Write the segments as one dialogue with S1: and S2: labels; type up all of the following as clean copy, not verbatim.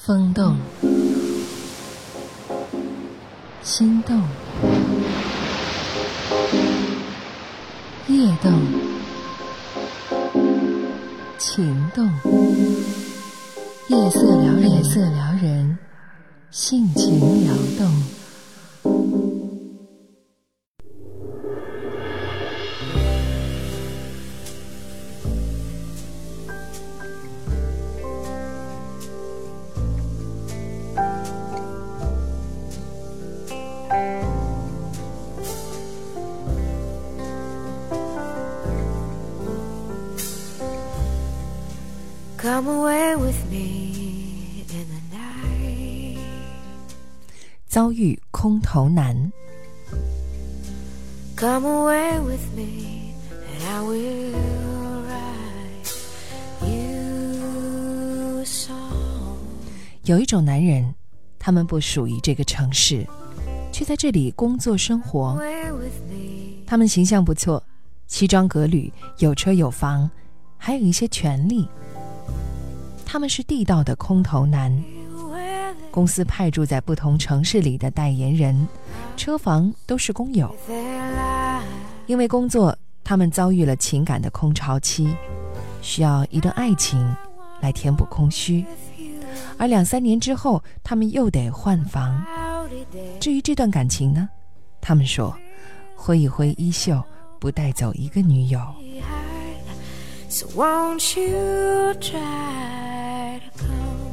S1: 风动，心动，夜动，情动，夜色撩人，性情撩动。
S2: Come away with me in the night.
S1: 遭遇空头男。
S2: Come away with me and I will write you a song.
S1: 有一种男人，他们不属于这个城市，却在这里工作生活。
S2: Away with me.
S1: 他们形象不错，西装革履，有车有房，还有一些权利。他们是地道的空头男，公司派驻在不同城市里的代言人，车房都是公有。因为工作，他们遭遇了情感的空巢期，需要一段爱情来填补空虚，而2-3年之后，他们又得换房。至于这段感情呢，他们说，挥一挥衣袖，不带走一个女友。
S2: So won't you try to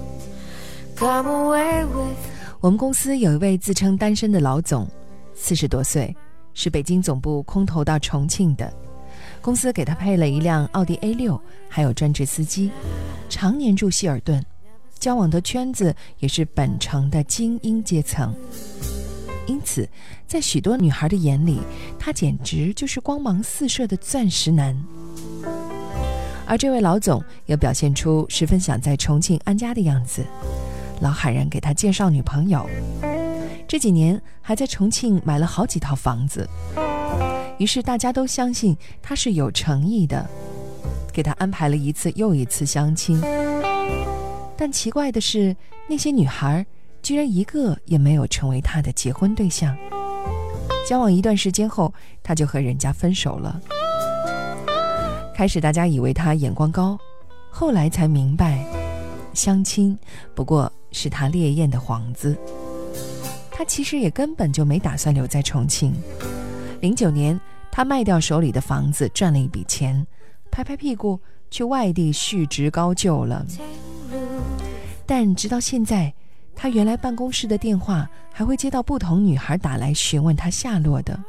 S2: come away with.
S1: 我们公司有一位自称单身的老总，40多岁，是北京总部空投到重庆的。公司给他配了一辆奥迪 A6， 还有专职司机，常年住希尔顿，交往的圈子也是本城的精英阶层。因此，在许多女孩的眼里，他简直就是光芒四射的钻石男。而这位老总也表现出十分想在重庆安家的样子，老喊人给他介绍女朋友。这几年还在重庆买了好几套房子，于是大家都相信他是有诚意的，给他安排了一次又一次相亲。但奇怪的是，那些女孩居然一个也没有成为他的结婚对象。交往一段时间后，他就和人家分手了。开始大家以为他眼光高，后来才明白，相亲不过是他烈焰的幌子。他其实也根本就没打算留在重庆。09年，他卖掉手里的房子，赚了一笔钱，拍拍屁股去外地续职高就了。但直到现在，他原来办公室的电话还会接到不同女孩打来询问他下落的。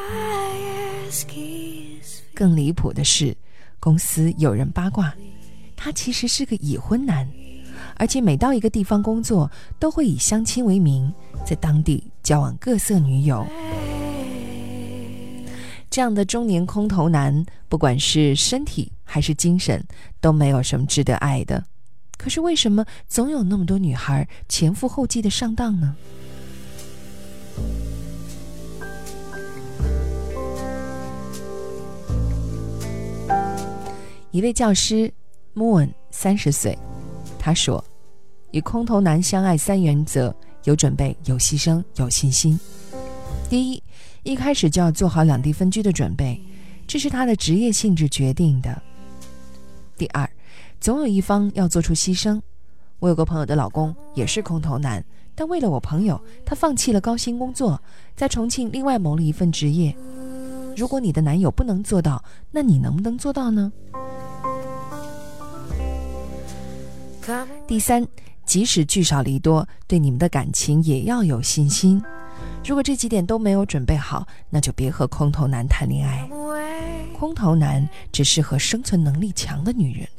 S1: 更离谱的是，公司有人八卦，他其实是个已婚男，而且每到一个地方工作，都会以相亲为名，在当地交往各色女友。这样的中年空头男，不管是身体还是精神，都没有什么值得爱的。可是为什么总有那么多女孩前赴后继的上当呢？一位教师 Moon 30岁，他说，与空头男相爱3原则：有准备、有牺牲、有信心。第一，一开始就要做好两地分居的准备，这是他的职业性质决定的。第二，总有一方要做出牺牲。我有个朋友的老公也是空头男，但为了我朋友，他放弃了高薪工作，在重庆另外谋了一份职业。如果你的男友不能做到，那你能不能做到呢？第三，即使聚少离多，对你们的感情也要有信心。如果这几点都没有准备好，那就别和空头男谈恋爱。空头男只适合生存能力强的女人。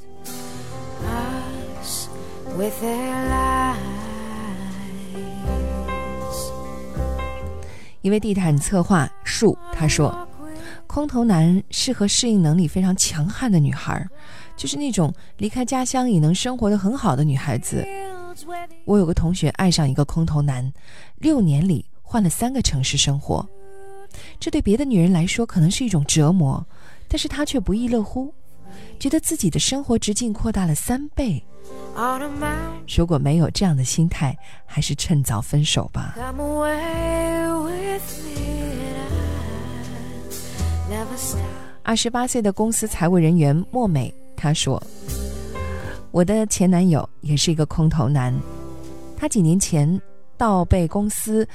S1: 一位地毯策划树他说，空头男适合适应能力非常强悍的女孩，就是那种离开家乡也能生活得很好的女孩子。我有个同学爱上一个空头男，6年里换了3个城市生活。这对别的女人来说可能是一种折磨，但是她却不亦乐乎，觉得自己的生活直径扩大了3倍。
S2: on a mountain.
S1: 如果没有这样的心态，还是趁早分手吧。
S2: Come away with me and I never stop.
S1: 28岁的公司财务人员莫美，她说，我的前男友也是一个空头男，他几年前被公司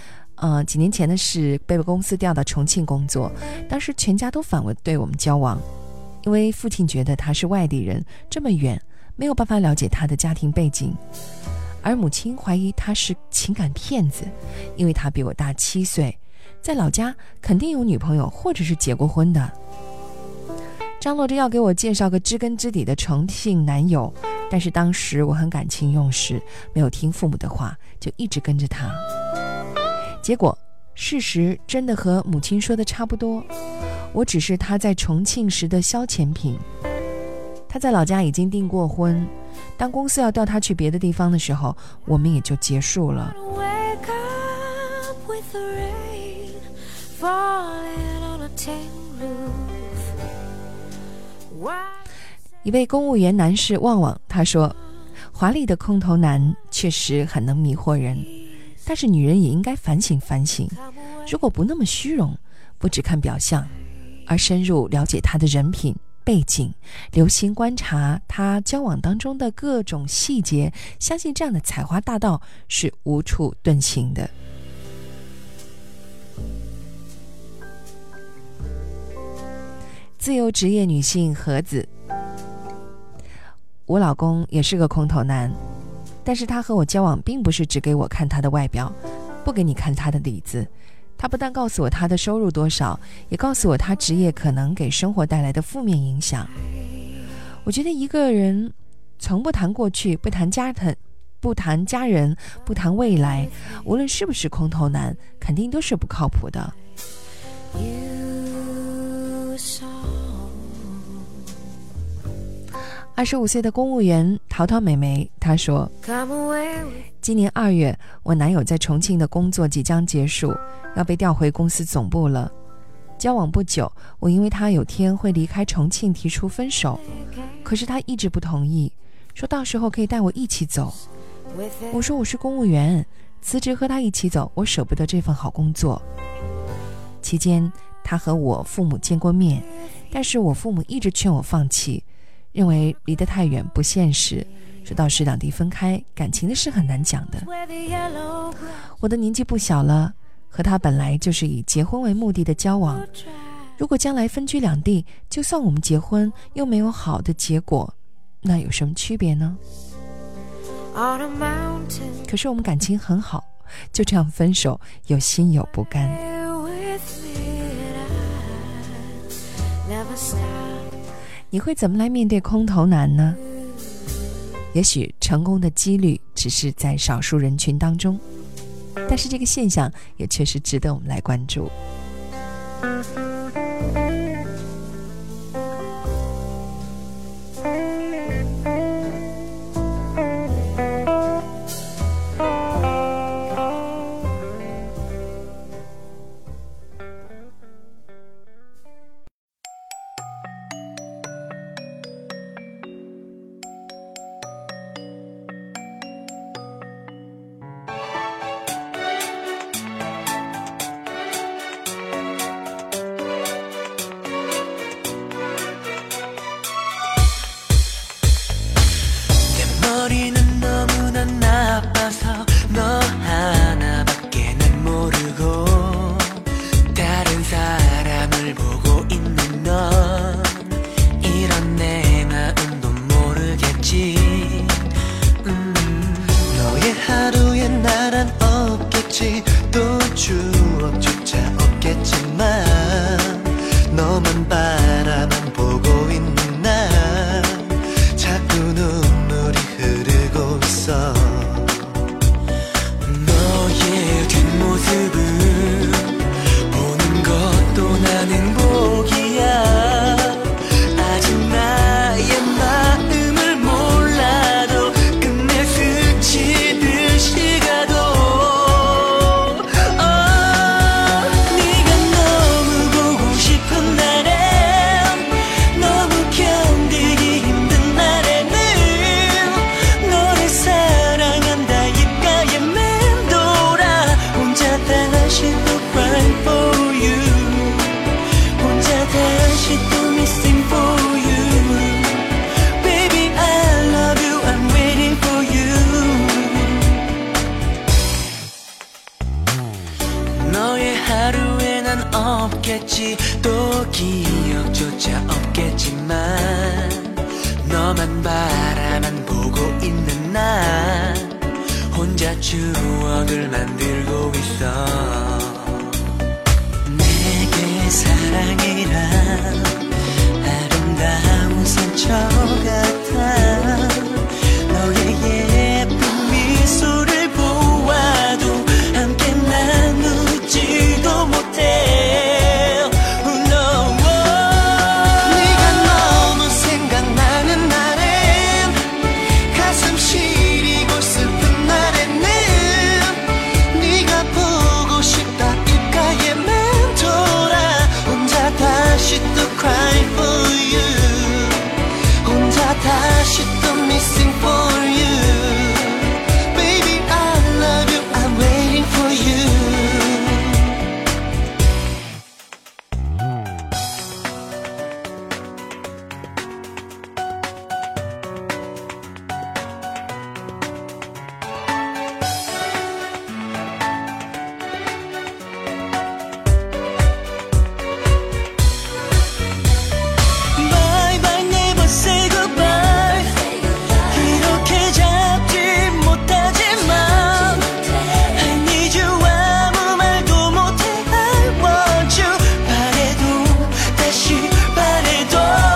S1: 调到重庆工作，当时全家都反对我们交往，因为父亲觉得他是外地人，这么远没有办法了解他的家庭背景，而母亲怀疑他是情感骗子，因为他比我大7岁，在老家肯定有女朋友或者是结过婚的。张罗着要给我介绍个知根知底的重庆男友，但是当时我很感情用事，没有听父母的话，就一直跟着他。结果事实真的和母亲说的差不多，我只是他在重庆时的消遣品。他在老家已经订过婚，当公司要调他去别的地方的时候，我们也就结束了。
S2: Wake up with the rain falling on a tin roof. Why?
S1: 一位公务员男士旺旺他说，华丽的空头男确实很能迷惑人，但是女人也应该反省反省，如果不那么虚荣，不只看表象，而深入了解他的人品背景，留心观察他交往当中的各种细节，相信这样的采花大盗是无处遁形的。自由职业女性何子，我老公也是个空头男，但是他和我交往并不是只给我看他的外表，不给你看他的里子。他不但告诉我他的收入多少，也告诉我他职业可能给生活带来的负面影响。我觉得一个人从不谈过去，不谈家人，不谈未来，无论是不是空头男，肯定都是不靠谱的。
S2: You saw.
S1: 25岁的公务员淘淘美眉她说，
S2: Come away with
S1: 今年2月，我男友在重庆的工作即将结束，要被调回公司总部了。交往不久，我因为他有天会离开重庆提出分手，可是他一直不同意，说到时候可以带我一起走。
S2: with it.
S1: 我说我是公务员，辞职和他一起走，我舍不得这份好工作。期间他和我父母见过面，但是我父母一直劝我放弃，认为离得太远不现实，说到时两地分开，感情的事很难讲的。
S2: Where the yellow grass
S1: 我的年纪不小了，和他本来就是以结婚为目的的交往，
S2: dry.
S1: 如果将来分居两地，就算我们结婚又没有好的结果，那有什么区别呢？
S2: On a mountain.
S1: 可是我们感情很好，就这样分手，有心有不甘。
S2: With me and I never stop.
S1: 你会怎么来面对空头男呢？也许成功的几率只是在少数人群当中，但是这个现象也确实值得我们来关注。
S3: 하루에 난 없겠지 또 기억조차 없겠지만 너만 바라만 보고 있는 나 혼자 추억을 만들고 있어 내게 사랑이란 아름다운 상처 같아 너의 예쁜 미소를 보아도 함께 나누지도 못해 oh no 네가 너무 생각나는 날엔 가슴 시리고 슬픈 날에는 네가 보고 싶다 입가에 맴돌아 혼자 다시 또 cry for you 혼자 다시 또 missing for you baby I love you I'm waiting for you Bye bye never say goodbye 이렇게 잡지 못하지만 I need you 아무 말도 못해 I want you 바래도 다시 바래도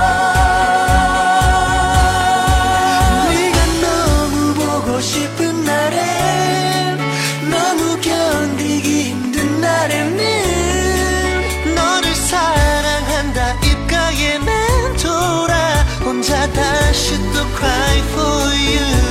S3: 네가 너무 보고 싶은 날엔 너무 견디기 힘든 날에는 너를 사랑한다 입가에 맴돌아 혼자 다시 또 cry for you